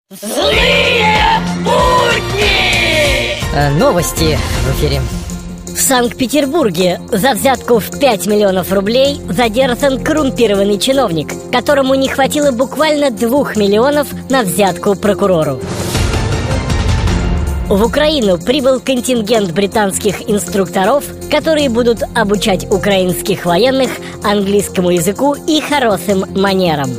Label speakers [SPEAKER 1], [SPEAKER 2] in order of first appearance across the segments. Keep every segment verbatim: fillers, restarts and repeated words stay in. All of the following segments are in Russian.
[SPEAKER 1] Злые будни!
[SPEAKER 2] Э, Новости в эфире.
[SPEAKER 3] В Санкт-Петербурге за взятку в пять миллионов рублей задержан коррумпированный чиновник, которому не хватило буквально двух миллионов на взятку прокурору. В Украину прибыл контингент британских инструкторов, которые будут обучать украинских военных английскому языку и хорошим манерам.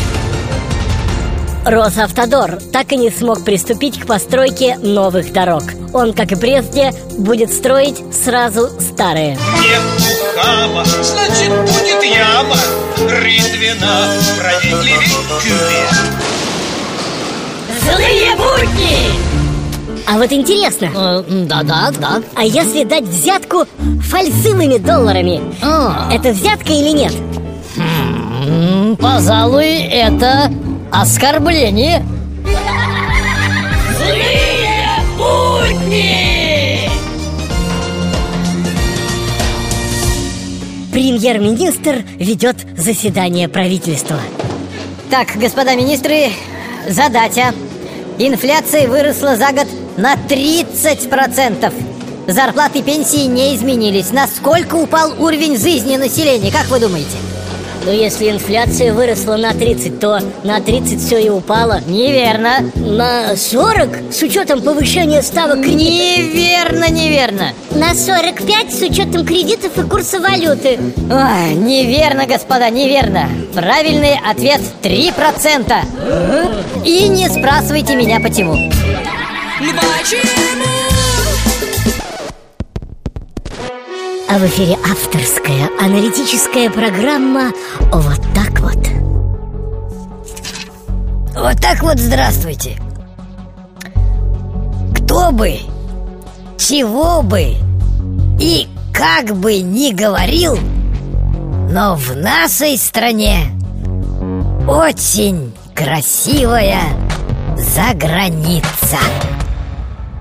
[SPEAKER 3] Росавтодор так и не смог приступить к постройке новых дорог. Он, как и прежде, будет строить сразу старые.
[SPEAKER 4] Нет ухаба, значит будет яма. Рытвина справедливей кювет.
[SPEAKER 1] Злые будни!
[SPEAKER 3] А вот интересно,
[SPEAKER 2] Э, Да-да, да.
[SPEAKER 3] а если дать взятку фальшивыми долларами,
[SPEAKER 2] А,
[SPEAKER 3] это взятка или нет?
[SPEAKER 2] м, Пожалуй, это оскорбление.
[SPEAKER 1] Злые будни!
[SPEAKER 3] Премьер-министр ведет заседание правительства.
[SPEAKER 2] Так, господа министры, задача. Инфляция выросла за год на тридцать процентов. Зарплаты и пенсии не изменились. Насколько упал уровень жизни населения, как вы думаете?
[SPEAKER 3] Но если инфляция выросла на тридцать, то на тридцать все и упало.
[SPEAKER 2] Неверно.
[SPEAKER 3] На сорок, с учетом повышения ставок кредитов.
[SPEAKER 2] Неверно, неверно.
[SPEAKER 3] На сорок пять, с учетом кредитов и курса валюты.
[SPEAKER 2] Ой, неверно, господа, неверно. Правильный ответ три процента. И не спрашивайте меня почему.
[SPEAKER 1] Почему?
[SPEAKER 3] А в эфире авторская аналитическая программа «Вот так вот».
[SPEAKER 2] Вот так вот здравствуйте. Кто бы, чего бы и как бы ни говорил, но в нашей стране очень красивая заграница.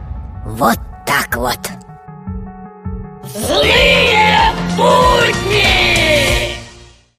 [SPEAKER 2] Вот так вот.
[SPEAKER 1] Злые будни!